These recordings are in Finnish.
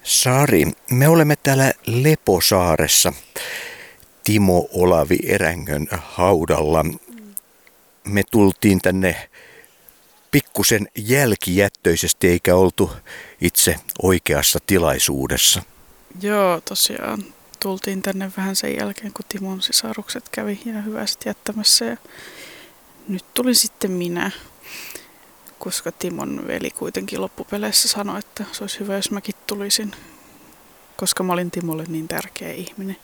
Sari, me olemme täällä Leposaaressa Timo Olavi Erängön haudalla. Me tultiin tänne pikkusen jälkijättöisesti eikä oltu itse oikeassa tilaisuudessa. Joo, tosiaan tultiin tänne vähän sen jälkeen, kun Timon sisarukset kävi ja hyvästi jättämässä. Ja nyt tuli sitten minä, koska Timon veli kuitenkin loppupeleissä sanoi, että se olisi hyvä, jos mäkin tulisin, koska mä olin Timolle niin tärkeä ihminen.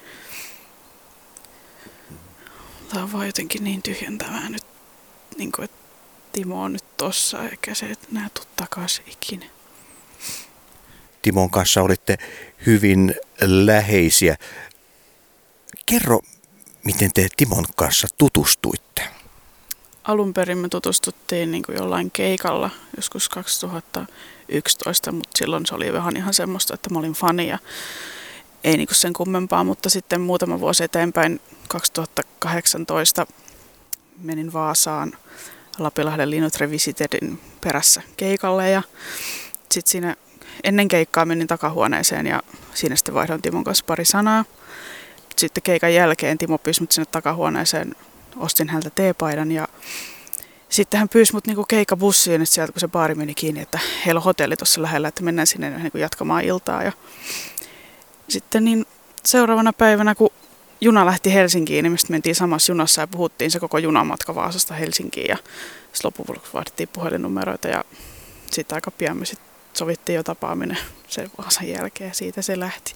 Tämä on vaan jotenkin niin tyhjentävää nyt, niin kuin, että Timo on nyt tossa eikä se enää tule takaisin ikinä. Timon kanssa olitte hyvin läheisiä. Kerro, miten te Timon kanssa tutustuitte? Alun perin me tutustuttiin niin kuin jollain keikalla joskus 2011, mutta silloin se oli vähän ihan semmoista, että mä olin fani ja ei niin kuin sen kummempaa, mutta sitten muutama vuosi eteenpäin 2018 menin Vaasaan Lapinlahden Linnut Revisitedin perässä keikalle ja sitten siinä ennen keikkaa menin takahuoneeseen ja siinä sitten vaihdoin Timon kanssa pari sanaa. Sitten keikan jälkeen Timo pyysi mut sinne takahuoneeseen, ostin häneltä teepaidan ja sitten hän pyysi mut niinku keikkabussiin sieltä, kun se baari meni kiinni, että heillä on hotelli tuossa lähellä, että mennään sinne niinku jatkamaan iltaa. Ja sitten niin seuraavana päivänä, kun juna lähti Helsinkiin, niin me sitten mentiin samassa junassa ja puhuttiin se koko junamatka Vaasasta Helsinkiin ja sitten lopuksi vaihdettiin puhelinnumeroita ja sitten aika pian me sitten sovittiin jo tapaaminen sen Vaasan jälkeen ja siitä se lähti.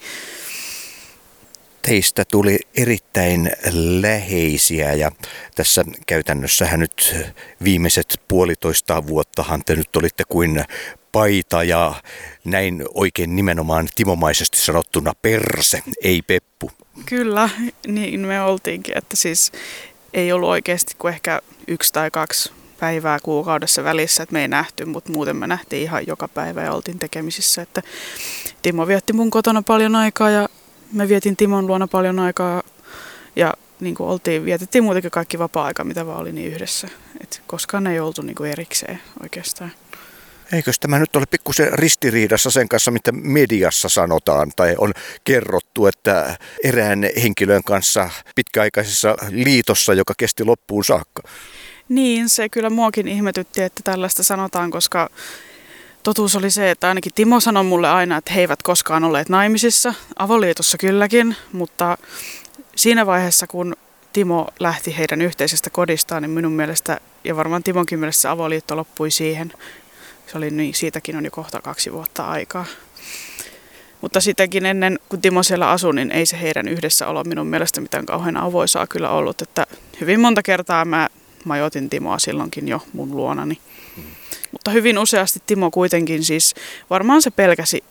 Teistä tuli erittäin läheisiä ja tässä käytännössähän nyt viimeiset 1,5 vuottahan te nyt olitte kuin paita ja näin oikein nimenomaan timomaisesti sanottuna perse, ei peppu. Kyllä, niin me oltiinkin, että siis ei ollut oikeasti kuin ehkä 1 tai 2 päivää kuukaudessa välissä, että me ei nähty, mutta muuten me nähtiin ihan joka päivä ja oltiin tekemisissä, että Timo vietti mun kotona paljon aikaa ja me vietin Timon luona paljon aikaa ja niin kuin vietettiin muutenkin kaikki vapaa-aika, mitä vaan oli niin yhdessä. Et koskaan ei oltu niin kuin erikseen oikeastaan. Eikös tämä nyt ole pikkusen ristiriidassa sen kanssa, mitä mediassa sanotaan tai on kerrottu, että erään henkilön kanssa pitkäaikaisessa liitossa, joka kesti loppuun saakka? Niin, se kyllä muakin ihmetytti, että tällaista sanotaan, koska totuus oli se, että ainakin Timo sanoi mulle aina, että he eivät koskaan olleet naimisissa. Avoliitossa kylläkin, mutta siinä vaiheessa, kun Timo lähti heidän yhteisestä kodistaan, niin minun mielestä, ja varmaan Timonkin mielestä se avoliitto loppui siihen. Se oli niin, siitäkin on jo kohta 2 vuotta aikaa. Mutta sitäkin ennen, kun Timo siellä asui, niin ei se heidän yhdessä olo minun mielestä mitään kauhean avoisaa kyllä ollut. Että hyvin monta kertaa mä majoitin Timoa silloinkin jo mun luonani. Mutta hyvin useasti Timo kuitenkin siis, varmaan se pelkäsi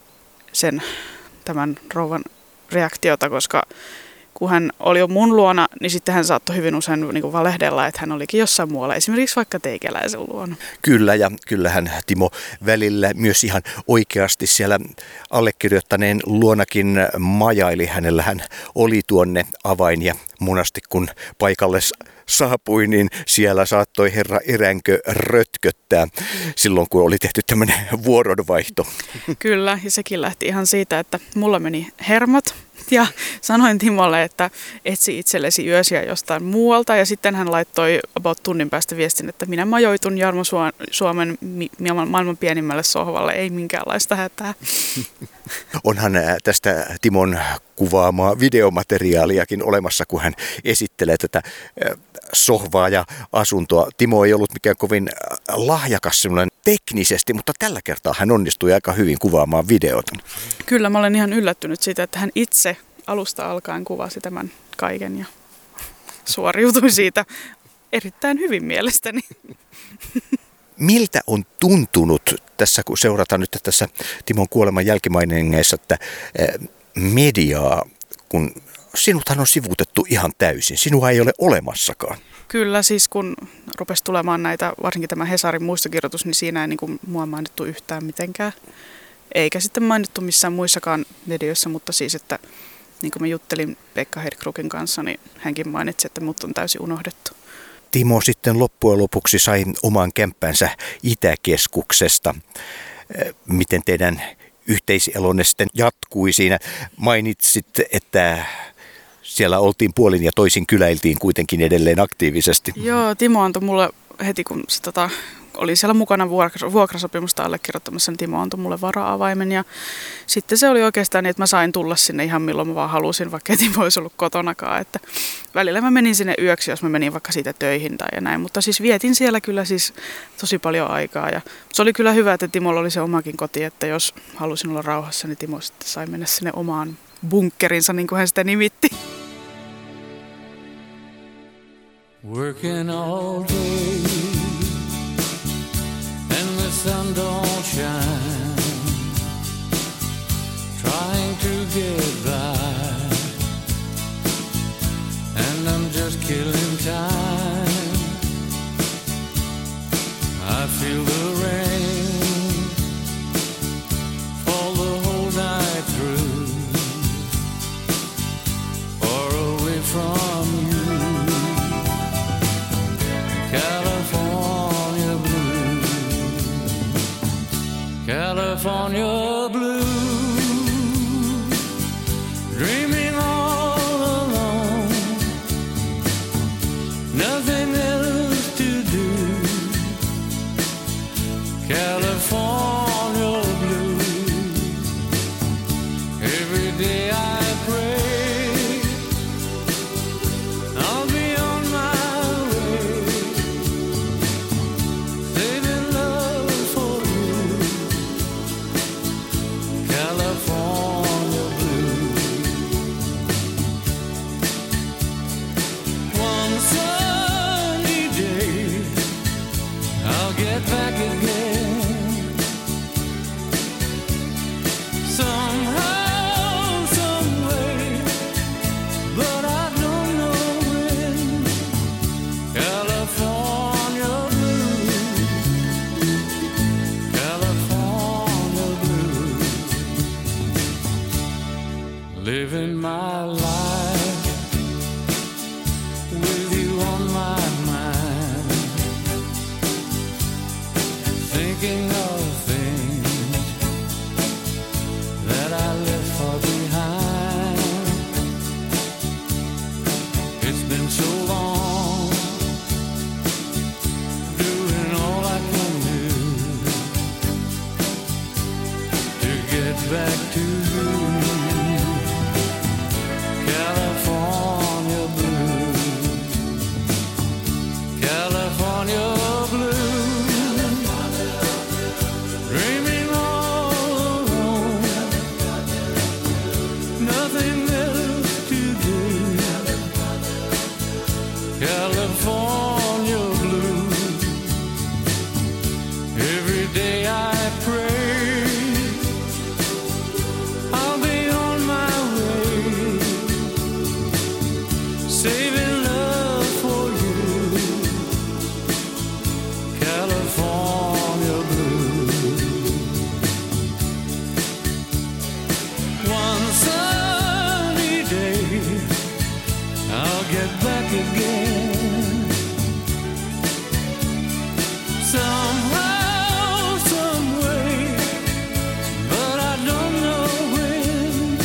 tämän rouvan reaktiota, koska kun hän oli jo mun luona, niin sitten hän saattoi hyvin usein niin kuin valehdella, että hän olikin jossain muualla, esimerkiksi vaikka teikäläisen luona. Kyllä, ja kyllähän Timo välillä myös ihan oikeasti siellä allekirjoittaneen luonakin majaili. Hänellähän oli tuonne avain ja monasti kun paikalle saapui, niin siellä saattoi herra Eränkö rötköttää silloin, kun oli tehty tämmöinen vuoronvaihto. Kyllä, ja sekin lähti ihan siitä, että mulla meni hermot ja sanoin Timolle, että etsi itsellesi yösiä jostain muualta ja sitten hän laittoi about tunnin päästä viestin, että minä majoitun Jarmo Suomen maailman pienimmälle sohvalle, ei minkäänlaista hätää. Onhan tästä Timon kuvaamaa videomateriaaliakin olemassa, kun hän esittelee tätä sohvaa ja asuntoa. Timo ei ollut mikään kovin lahjakas semmoinen teknisesti, mutta tällä kertaa hän onnistui aika hyvin kuvaamaan videota. Kyllä, mä olen ihan yllättynyt siitä, että hän itse alusta alkaen kuvasi tämän kaiken ja suoriutui siitä erittäin hyvin mielestäni. Miltä on tuntunut tässä, kun seurataan nyt tässä Timon kuoleman jälkimainingeissa, että mediaa, kun sinuthan on sivuutettu ihan täysin, sinua ei ole olemassakaan. Kyllä, siis kun rupesi tulemaan näitä, varsinkin tämä Hesarin muistokirjoitus, niin siinä ei niin kuin mua mainittu yhtään mitenkään. Eikä sitten mainittu missään muissakaan medioissa, mutta siis, että niin kuin mä juttelin Pekka Hedkrukin kanssa, niin hänkin mainitsi, että mut on täysin unohdettu. Timo sitten loppujen lopuksi sai oman kämppänsä Itäkeskuksesta. Miten teidän yhteiselonne sitten jatkui siinä. Mainitsit, että siellä oltiin puolin ja toisin kyläiltiin kuitenkin edelleen aktiivisesti. Joo, Timo antoi mulle heti, kun se oli siellä mukana vuokrasopimusta allekirjoittamassa, niin Timo antoi mulle vara-avaimen. Ja sitten se oli oikeastaan niin, että mä sain tulla sinne ihan milloin mä vaan halusin, vaikka Timo olisi ollut kotonakaan. Että välillä mä menin sinne yöksi, jos mä menin vaikka siitä töihin tai näin. Mutta siis vietin siellä kyllä siis tosi paljon aikaa. Ja se oli kyllä hyvä, että Timolla oli se omakin koti, että jos halusin olla rauhassa, niin Timo sitten sai mennä sinne omaan bunkkerinsa, niin kuin hän sitä nimitti. Working all day and the sun don't shine, trying to get by, and I'm just killing time. I feel the rain fall the whole night through, far away from you. California blue, California blue, dreaming all alone, nothing else to do. California blue, every day I pray I'll be on my way, saving love for you. California blue. One sunny day I'll get back again. Somehow, some way, but I don't know when. California blue, California blue, living my life with you on my mind, thinking of things that I left far behind. It's been so long, doing all I can do to get back to you. California blue, California blue, dreaming all alone, nothing else to do. California blue, every day I pray I'll be on my way, saving love for you. California blue. One sunny day I'll get back again. Somehow, some way, but I don't know when.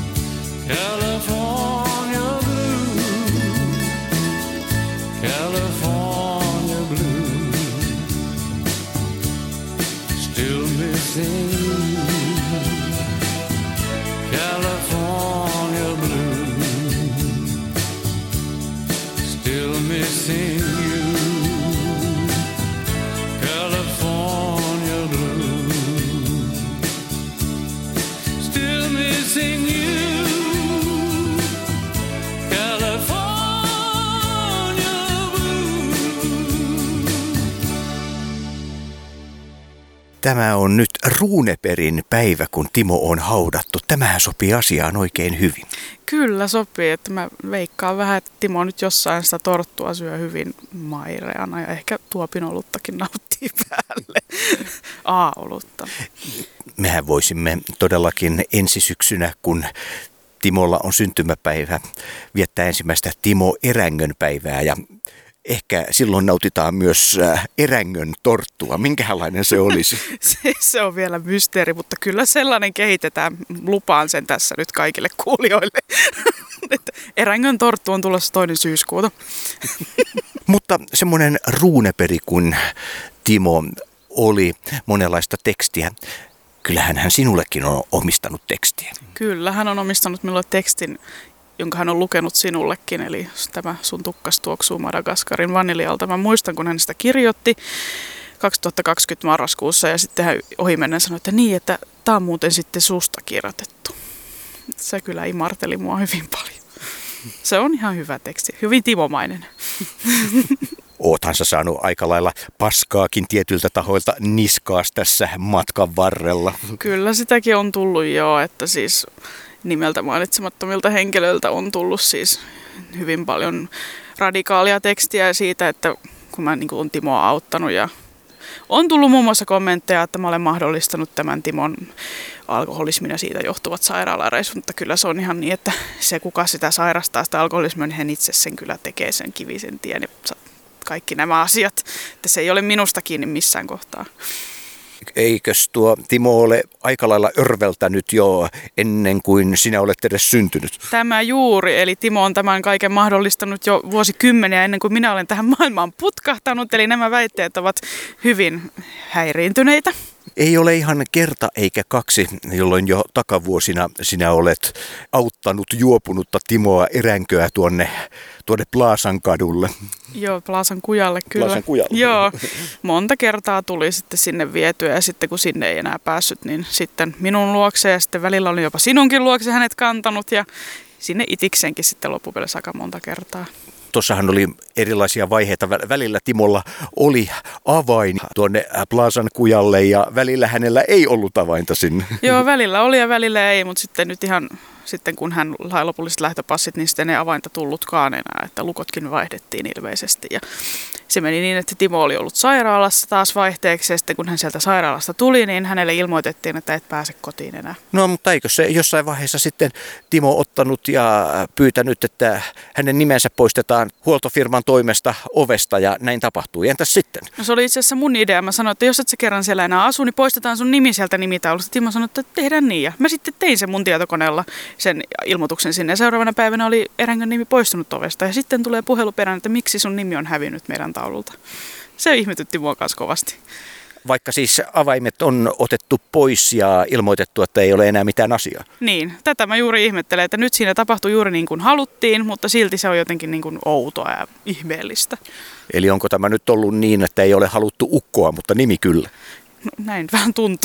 California blue, California blue, still missing you. California blue, still missing you. California blue, still missing you. California blue. Tämä on nyt Runebergin päivä, kun Timo on haudattu. Tämähän sopii asiaan oikein hyvin. Kyllä sopii, että mä veikkaan vähän, että Timo nyt jossain sitä torttua syö hyvin maireana ja ehkä tuopinoluttakin nauttii päälle. A-olutta. Mehän voisimme todellakin ensi syksynä, kun Timolla on syntymäpäivä, viettää ensimmäistä Timo Erängön päivää ja Ehkä silloin nautitaan myös erängön torttua. Minkälainen se olisi? Se on vielä mysteeri, mutta kyllä sellainen kehitetään. Lupaan sen tässä nyt kaikille kuulijoille. Erängön torttu on tulossa 2. syyskuuta. Mutta semmoinen ruuneperi, kun Timo oli monenlaista tekstiä. Kyllähän hän sinullekin on omistanut tekstiä. Kyllä, hän on omistanut minulle tekstin, jonka hän on lukenut sinullekin. Eli tämä Sun tukkas tuoksuu Madagaskarin vaniljalta. Mä muistan, kun hän sitä kirjoitti 2020 marraskuussa ja sitten hän ohimennen sanoi, että niin, että tämä on muuten sitten susta kirjoitettu. Se kyllä imarteli mua hyvin paljon. Se on ihan hyvä teksti, hyvin timomainen. Oothan sä saanut aika lailla paskaakin tietyiltä tahoilta niskaas tässä matkan varrella. Kyllä sitäkin on tullut jo, että siis nimeltä mainitsemattomilta henkilöiltä on tullut siis hyvin paljon radikaalia tekstiä siitä, että kun mä niin olen Timoa auttanut ja on tullut muun muassa kommentteja, että mä olen mahdollistanut tämän Timon alkoholismin ja siitä johtuvat sairaalareissut, mutta kyllä se on ihan niin, että se kuka sitä sairastaa sitä alkoholismia, niin hän itse sen kyllä tekee sen kivisen tien ja kaikki nämä asiat, että se ei ole minusta kiinni missään kohtaa. Eikös tuo Timo ole aika lailla örveltänyt jo ennen kuin sinä olet edes syntynyt? Tämä juuri, eli Timo on tämän kaiken mahdollistanut jo vuosikymmeniä ennen kuin minä olen tähän maailmaan putkahtanut, eli nämä väitteet ovat hyvin häiriintyneitä. Ei ole ihan kerta eikä kaksi, jolloin jo takavuosina sinä olet auttanut juopunutta Timoa eränköä tuonne Plaasan kadulle. Joo, Plaasan kujalle kyllä. Plaasan kujalle. Joo, monta kertaa tuli sitten sinne vietyä ja sitten kun sinne ei enää päässyt, niin sitten minun luokse ja sitten välillä oli jopa sinunkin luokse hänet kantanut ja sinne itikseenkin sitten loppupeleissä aika monta kertaa. Tuossahan oli erilaisia vaiheita. Välillä Timolla oli avain tuonne Plaasan kujalle ja välillä hänellä ei ollut avainta sinne. Joo, välillä oli ja välillä ei, mutta sitten nyt ihan sitten kun hän sai lopulliset lähtöpassit, niin sitten ei avainta tullutkaan enää, että lukotkin vaihdettiin ilmeisesti. Ja se meni niin, että Timo oli ollut sairaalassa taas vaihteeksi ja sitten kun hän sieltä sairaalasta tuli, niin hänelle ilmoitettiin, että et pääse kotiin enää. No, mutta eikö se jossain vaiheessa sitten Timo ottanut ja pyytänyt, että hänen nimensä poistetaan huoltofirman toimesta ovesta ja näin tapahtui. Entäs sitten? No, se oli itse asiassa mun idea. Mä sanoin, että jos et sä kerran siellä enää asu, niin poistetaan sun nimi sieltä nimitaulusta. Timo sanoi, että tehdään niin. Ja mä sitten tein sen mun tietokoneella sen ilmoituksen sinne. Ja seuraavana päivänä oli erängön nimi poistunut ovesta. Ja sitten tulee puhelu perään, että miksi sun nimi on hävinnyt meidän taululta. Se ihmetytti mua kanssa kovasti. Vaikka siis avaimet on otettu pois ja ilmoitettu, että ei ole enää mitään asiaa. Niin, tätä mä juuri ihmettelen, että nyt siinä tapahtui juuri niin kuin haluttiin, mutta silti se on jotenkin niin kuin outoa ja ihmeellistä. Eli onko tämä nyt ollut niin, että ei ole haluttu ukkoa, mutta nimi kyllä? No, näin vähän tuntuu.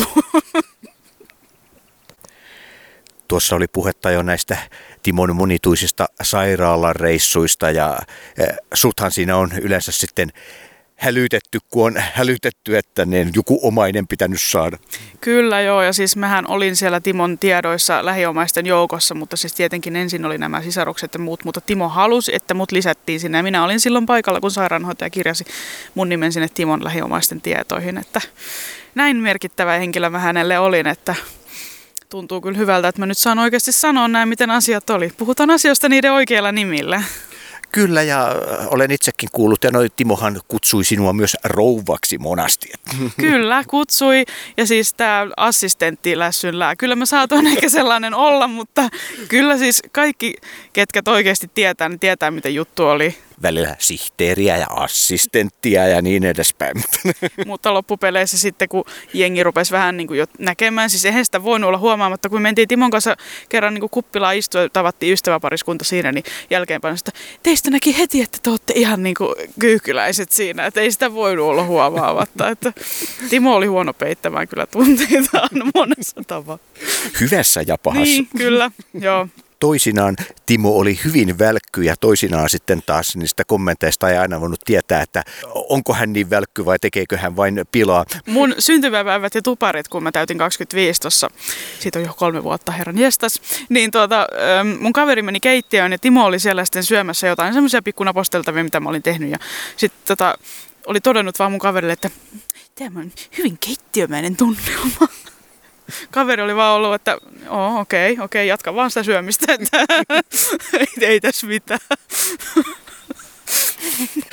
Tuossa oli puhetta jo näistä Timon monituisista sairaalareissuista ja suthan siinä on yleensä sitten hälytetty, kun on hälytetty, että ne joku omainen pitänyt saada. Kyllä joo, ja siis mähän olin siellä Timon tiedoissa lähiomaisten joukossa, mutta siis tietenkin ensin oli nämä sisarukset ja muut, mutta Timo halusi, että mut lisättiin sinne. Ja minä olin silloin paikalla, kun sairaanhoitaja kirjasi mun nimen sinne Timon lähiomaisten tietoihin, että näin merkittävä henkilö mä hänelle olin, että tuntuu kyllä hyvältä, että mä nyt saan oikeasti sanoa näin, miten asiat oli. Puhutaan asioista niiden oikeilla nimillä. Kyllä, ja olen itsekin kuullut, ja Timohan kutsui sinua myös rouvaksi monasti. Kyllä, kutsui, ja siis tämä assistentti lässyllään. Kyllä mä saatoin ehkä sellainen olla, mutta kyllä siis kaikki, ketkä oikeasti tietää, niin tietää, miten juttu oli. Välillä sihteeriä ja assistenttia ja niin edespäin. Mutta loppupeleissä sitten, kun jengi rupesi vähän niin kuin jo näkemään, siis eihän sitä voinut olla huomaamatta, kun mentiin Timon kanssa kerran niin kuin kuppilaan istua ja tavattiin ystäväpariskunta siinä, niin jälkeenpäin sitä, teistä näki heti, että te olette ihan niin kuin kyykyläiset siinä, että ei sitä voinut olla huomaamatta. Että Timo oli huono peittämään kyllä tunteitaan monessa tavalla. Hyvässä ja pahassa. Niin, kyllä, joo. Toisinaan Timo oli hyvin välkky ja toisinaan sitten taas niistä kommenteista ei aina voinut tietää, että onko hän niin välkky vai tekeekö hän vain pilaa. Mun syntymäpäivät ja tuparit, kun mä täytin 25 tossa, siitä on jo 3 vuotta herran jestas, niin mun kaveri meni keittiöön ja Timo oli siellä sitten syömässä jotain semmoisia pikkunaposteltavia, mitä mä olin tehnyt. Ja sitten oli todennut vaan mun kaverille, että tämä on hyvin keittiömäinen tunnelma. Kaveri oli vaan ollut, että okei, jatka vaan sitä syömistä, että ei tässä mitään.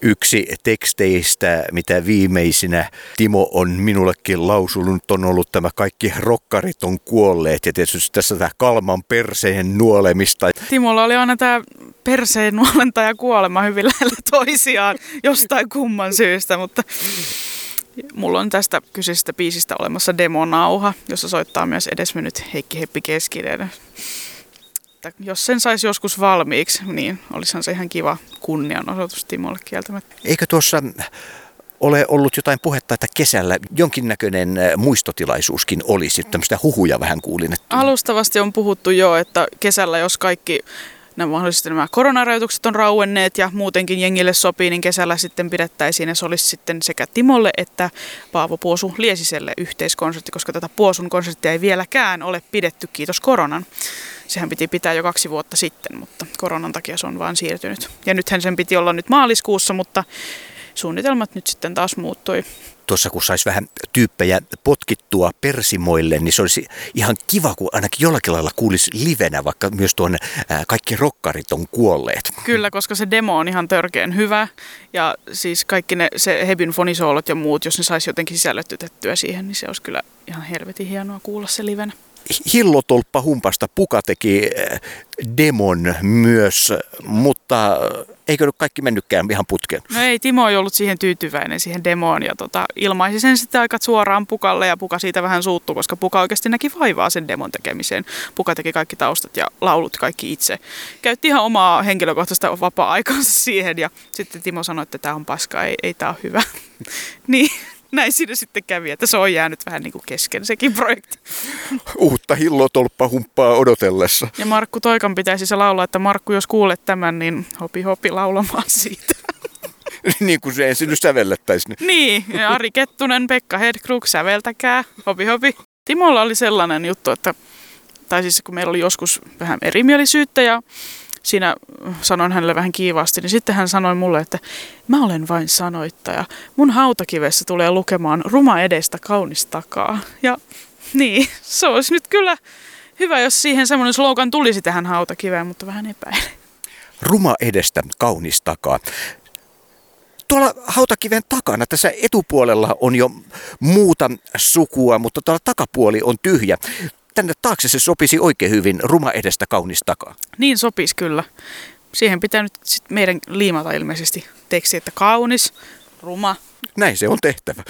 Yksi teksteistä, mitä viimeisinä Timo on minullekin lausunut, on ollut tämä kaikki rokkarit on kuolleet. Ja tietysti tässä tämä Kalman perseen nuolemista. Timolla oli aina tämä perseen nuolenta ja kuolema hyvin lähellä toisiaan jostain kumman syystä, mutta mulla on tästä kyseisestä biisistä olemassa demonauha, jossa soittaa myös edesmennyt Heikki Heppi Keskinen. Jos sen saisi joskus valmiiksi, niin olisihan se ihan kiva kunnianosoitus Timolle kieltämättä. Eikö tuossa ole ollut jotain puhetta, että kesällä jonkinnäköinen muistotilaisuuskin olisi? Tämmöistä huhuja vähän kuulin. Että Alustavasti on puhuttu jo, että kesällä jos kaikki mahdollisesti nämä koronarajoitukset on rauenneet ja muutenkin jengille sopii, niin kesällä sitten pidettäisiin ja se olisi sitten sekä Timolle että Paavo Puosu Liesiselle yhteiskonsertti, koska tätä Puosun konserttia ei vieläkään ole pidetty, kiitos koronan. Sehän piti pitää jo 2 vuotta sitten, mutta koronan takia se on vaan siirtynyt. Ja nythän sen piti olla nyt maaliskuussa, mutta suunnitelmat nyt sitten taas muuttui. tuossa kun saisi vähän tyyppejä potkittua persimoille, niin se olisi ihan kiva, kun ainakin jollakin lailla kuulisi livenä, vaikka myös tuonne kaikki rokkarit on kuolleet. Kyllä, koska se demo on ihan törkeän hyvä ja siis kaikki se Hebyn fonisoolot ja muut, jos ne saisi jotenkin sisällytettyä siihen, niin se olisi kyllä ihan helvetin hienoa kuulla se livenä. Hillotolppa Humpasta Puka teki demon myös, mutta eikö nyt kaikki mennytkään ihan putkeen? No ei, Timo ei ollut siihen tyytyväinen siihen demoon ja ilmaisi sen sitten aika suoraan Pukalle ja Puka siitä vähän suuttui, koska Puka oikeasti näki vaivaa sen demon tekemiseen. Puka teki kaikki taustat ja laulut kaikki itse. Käytti ihan omaa henkilökohtaista vapaa-aikaansa siihen ja sitten Timo sanoi, että tämä on paska, ei tämä ole hyvä. Niin. Näin siinä sitten kävi, että se on jäänyt vähän niin kuin kesken sekin projekti. Uutta Hillotolppa-humppaa odotellessa. Ja Markku Toikan pitäisi se laulaa, että Markku, jos kuulet tämän, niin hopi laulamaan siitä. Niin kuin se ensin nyt sävellettäisiin. Niin, ja Ari Kettunen, Pekka Hedkrug, säveltäkää, hopi. Timolla oli sellainen juttu, että, tai siis kun meillä oli joskus vähän erimielisyyttä ja siinä sanoin hänelle vähän kiivaasti, niin sitten hän sanoi mulle, että mä olen vain sanoittaja. Mun hautakivessä tulee lukemaan ruma edestä, kaunis takaa. Ja niin, se olisi nyt kyllä hyvä, jos siihen semmoinen slogan tulisi tähän hautakiveen, mutta vähän epäilen. Ruma edestä, kaunis takaa. Tuolla hautakiven takana, tässä etupuolella on jo muuta sukua, mutta tuolla takapuoli on tyhjä. Tänne taakse se sopisi oikein hyvin, ruma edestä, kaunis takaa. Niin sopisi kyllä. Siihen pitää nyt sit meidän liimata ilmeisesti teksti, että kaunis, ruma. Näin se on tehtävä.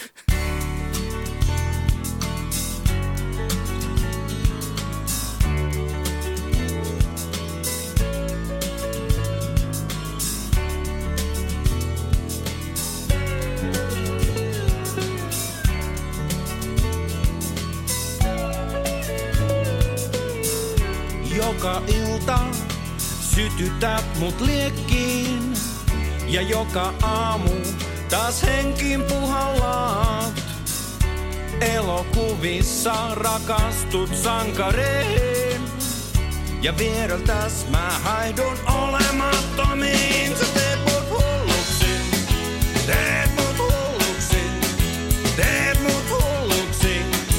Joka ilta sytytät mut liekkiin ja joka aamu taas henkiin puhallaat. Elokuvissa rakastut sankareihin ja viereltäs mä haidun olemattomiin. Sä teet mut hulluksi, teet mut hulluksi, teet mut hulluksi.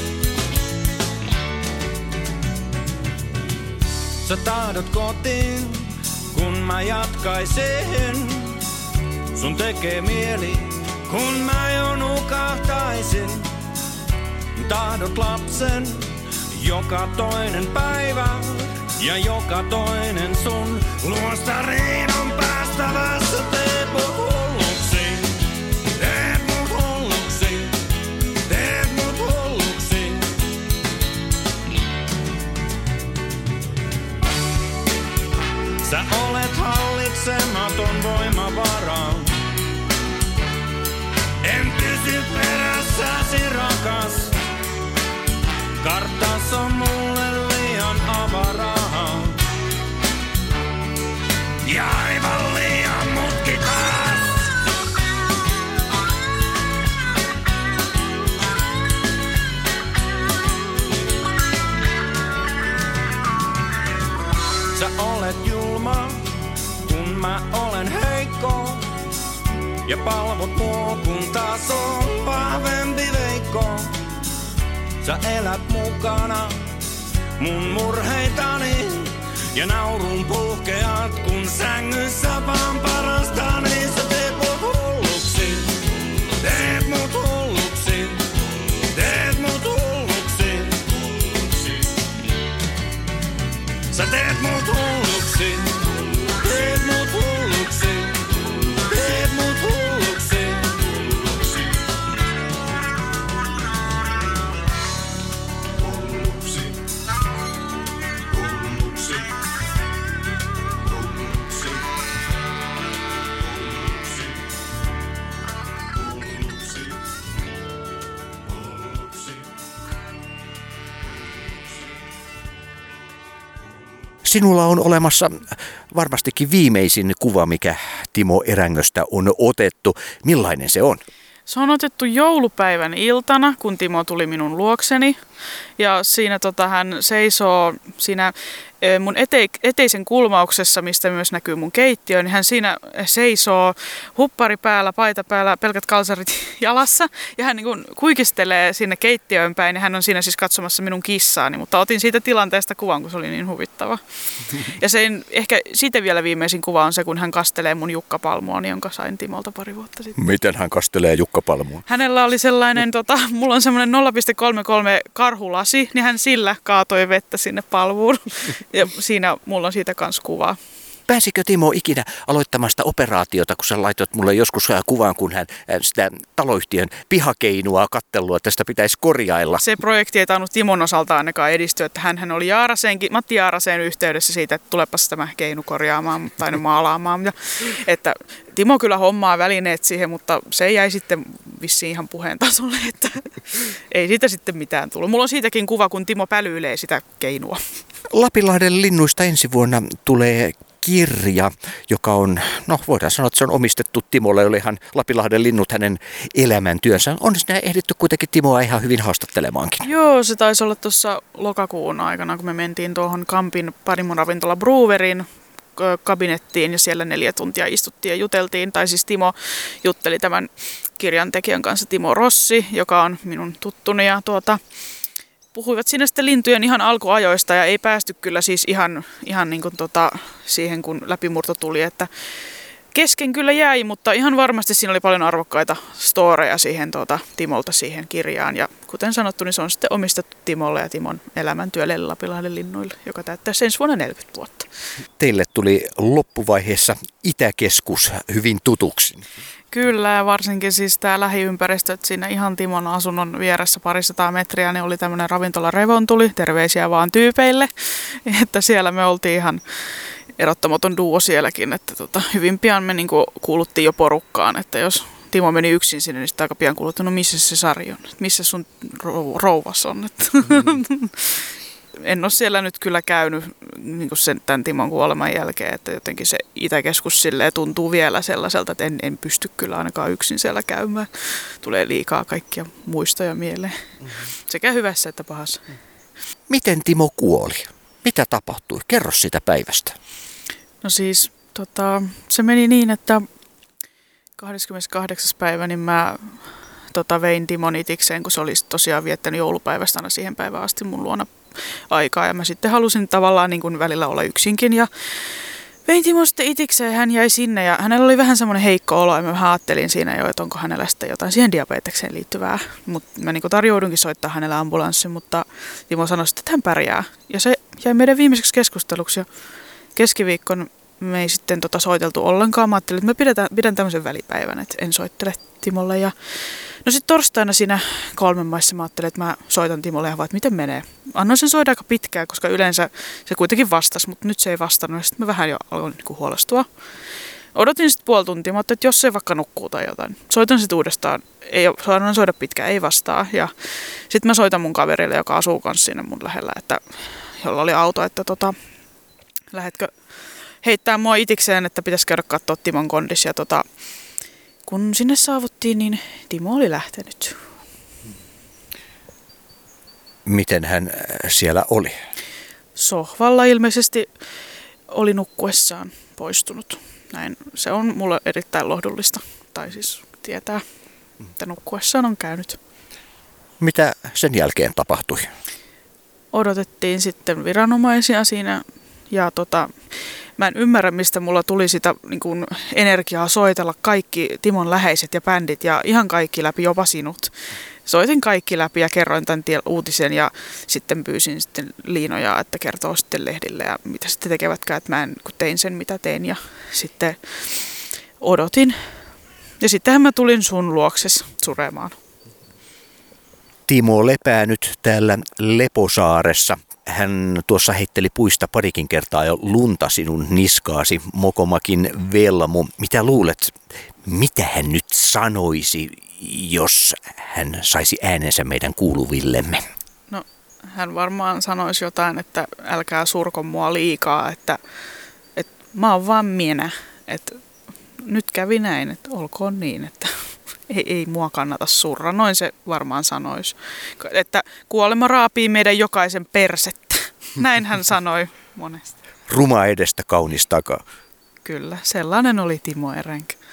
Sä tahdot kotiin, kun mä jatkaisin. Sun tekee mieli, kun mä jo nukahtaisin. Tahdot lapsen joka toinen päivä ja joka toinen sun luostariin on päästävässä. Teet mut hulluksi, teet mut hulluksi, teet mut hulluksi. Sä olet hallitsematon voimavara. En pysy perässäsi rakas. Karttas on mulle liian avaraa. Ja aivan liian mutkikas. Sä olet julma, kun mä olen heikko. Ja palvot mua, kun taas on vahvempi veikko. Sä elät mukana mun murheitani. Ja naurun puhkeat, kun sängyssä vaan parastani. Sä teet mut Sä teet mut hulluksi, teet mut hulluksi, teet mut hulluksi. Hulluksi, hulluksi, hulluksi, hulluksi, hulluksi, hulluksi. Sinulla on olemassa varmastikin viimeisin kuva, mikä Timo Erängöstä on otettu. Millainen se on? Se on otettu joulupäivän iltana, kun Timo tuli minun luokseni. Ja siinä hän seisoo siinä mun eteisen kulmauksessa, mistä myös näkyy mun keittiö, niin hän siinä seisoo huppari päällä, paita päällä, pelkät kalsarit jalassa. Ja hän niin kuin kuikistelee sinne keittiöön päin ja hän on siinä siis katsomassa minun kissaani. Mutta otin siitä tilanteesta kuvan, kun se oli niin huvittava. Ja sen, ehkä siitä vielä viimeisin kuva on se, kun hän kastelee mun jukkapalmuani, jonka sain Timolta pari vuotta sitten. Miten hän kastelee jukkapalmua? Hänellä oli sellainen, mulla on semmoinen 0,33 karhulasi, niin hän sillä kaatoi vettä sinne palvuun. Ja siinä mulla on siitä kans kuvaa. Pääsikö Timo ikinä aloittamasta operaatiota, kun sä laitoit mulle joskus kuvan, kun hän sitä taloyhtiön pihakeinua kattelua, että sitä pitäisi korjailla? Se projekti ei tainnut Timon osalta ainakaan edistyä, että hän oli Matti Jaaraseen yhteydessä siitä, että tulepas tämä keinu korjaamaan tai maalaamaan. Ja, että Timo kyllä hommaa välineet siihen, mutta se jäi sitten vissiin ihan puheen tasolle, että ei siitä sitten mitään tullut. Mulla on siitäkin kuva, kun Timo pälyilee sitä keinua. Lapinlahden linnuista ensi vuonna tulee kirja, joka on, voidaan sanoa, että se on omistettu Timolle, oli ihan Lapinlahden linnut hänen elämäntyönsä. On sinä ehditty kuitenkin Timoa ihan hyvin haastattelemaankin. Joo, se taisi olla tuossa lokakuun aikana, kun me mentiin tuohon Kampin Panimo-ravintola Brewerin kabinettiin ja siellä 4 tuntia istuttiin ja juteltiin. Tai siis Timo jutteli tämän kirjan tekijän kanssa, Timo Rossi, joka on minun tuttuni ja puhuivat siinä sitten lintujen ihan alkuajoista ja ei päästy kyllä siis ihan niin kuin siihen, kun läpimurto tuli, että kesken kyllä jäi, mutta ihan varmasti siinä oli paljon arvokkaita storeja siihen Timolta siihen kirjaan. Ja kuten sanottu, niin se on sitten omistettu Timolle ja Timon elämäntyölle Lapinlahden linnuille, joka täyttää ensi vuonna 40 vuotta. Teille tuli loppuvaiheessa Itäkeskus hyvin tutuksi. Kyllä, ja varsinkin siis tämä lähiympäristö, että siinä ihan Timon asunnon vieressä 200 metriä, niin oli tämmöinen ravintola Revontuli, terveisiä vaan tyypeille, että siellä me oltiin ihan erottamaton duo sielläkin, että hyvin pian me niinku kuuluttiin jo porukkaan, että jos Timo meni yksin sinne, niin sitten aika pian kuuluttiin, no missä se Sari on, missä sun rouvas on, että en ole siellä nyt kyllä käynyt niin sen tämän Timon kuoleman jälkeen, että jotenkin se Itäkeskus silleen tuntuu vielä sellaiselta, että en pysty kyllä ainakaan yksin siellä käymään. Tulee liikaa kaikkia muistoja mieleen, sekä hyvässä että pahassa. Miten Timo kuoli? Mitä tapahtui? Kerro sitä päivästä. No siis se meni niin, että 28. päivä niin mä vein Timon itikseen, kun se olisi tosiaan viettänyt joulupäivästä aina siihen päivään asti mun luona aikaa. Ja mä sitten halusin tavallaan niin kuin välillä olla yksinkin ja vein Timon sitten itikseen ja hän jäi sinne. Ja hänellä oli vähän semmoinen heikko olo ja mä vähän ajattelin siinä jo, että onko hänellä sitten jotain siihen diabetekseen liittyvää. Mutta mä niin kuin tarjoudunkin soittaa hänellä ambulanssin, mutta Timo sanoi sitten, että hän pärjää. Ja se jäi meidän viimeiseksi keskusteluksi ja keskiviikkon me ei sitten soiteltu ollenkaan. Mä ajattelin, että mä pidän tämmöisen välipäivän, että en soittele Timolle. Ja no sitten torstaina siinä 3 maissa mä ajattelin, että mä soitan Timolle ja vaan, että miten menee. Annoin sen soida aika pitkään, koska yleensä se kuitenkin vastasi, mutta nyt se ei vastannut. Ja sitten mä vähän jo aloin huolestua. Odotin sitten puoli tuntia, mä ajattelin, että jos se vaikka nukkuu tai jotain. Soitan sitten uudestaan. Ei saanut soida pitkään, ei vastaa. Ja sitten mä soitan mun kaverille, joka asuu kanssa siinä mun lähellä, että jolla oli auto, että lähetkö heittää mua itikseen, että pitäisi käydä katsoa Timon kondis. Ja kun sinne saavuttiin, niin Timo oli lähtenyt. Miten hän siellä oli? Sohvalla ilmeisesti oli nukkuessaan poistunut. Näin. Se on mulle erittäin lohdullista, tai siis tietää, että nukkuessaan on käynyt. Mitä sen jälkeen tapahtui? Odotettiin sitten viranomaisia siinä ja mä en ymmärrä, mistä mulla tuli sitä niin kuin energiaa soitella kaikki Timon läheiset ja bändit ja ihan kaikki läpi, jopa sinut. soitin kaikki läpi ja kerroin tämän uutisen ja sitten pyysin sitten Liinojaa, että kertoo sitten lehdille ja mitä sitten tekevätkään, että mä kun tein sen mitä tein ja sitten odotin. Ja sittenhän mä tulin sun luokses suremaan. Timo lepää nyt täällä Leposaaressa. Hän tuossa heitteli puista parikin kertaa jo lunta sinun niskaasi, Mokomakin Velmu. Mitä luulet, mitä hän nyt sanoisi, jos hän saisi äänensä meidän kuuluvillemme? No, hän varmaan sanoisi jotain, että älkää surko mua liikaa, että mä oon vaan minä, että nyt kävi näin, että olkoon niin, että ei mua kannata surra. Noin se varmaan sanoisi. Että kuolema raapii meidän jokaisen persettä. Näin hän sanoi monesti. Ruma edestä, kaunis takaa. Kyllä, sellainen oli Timo Erenkä.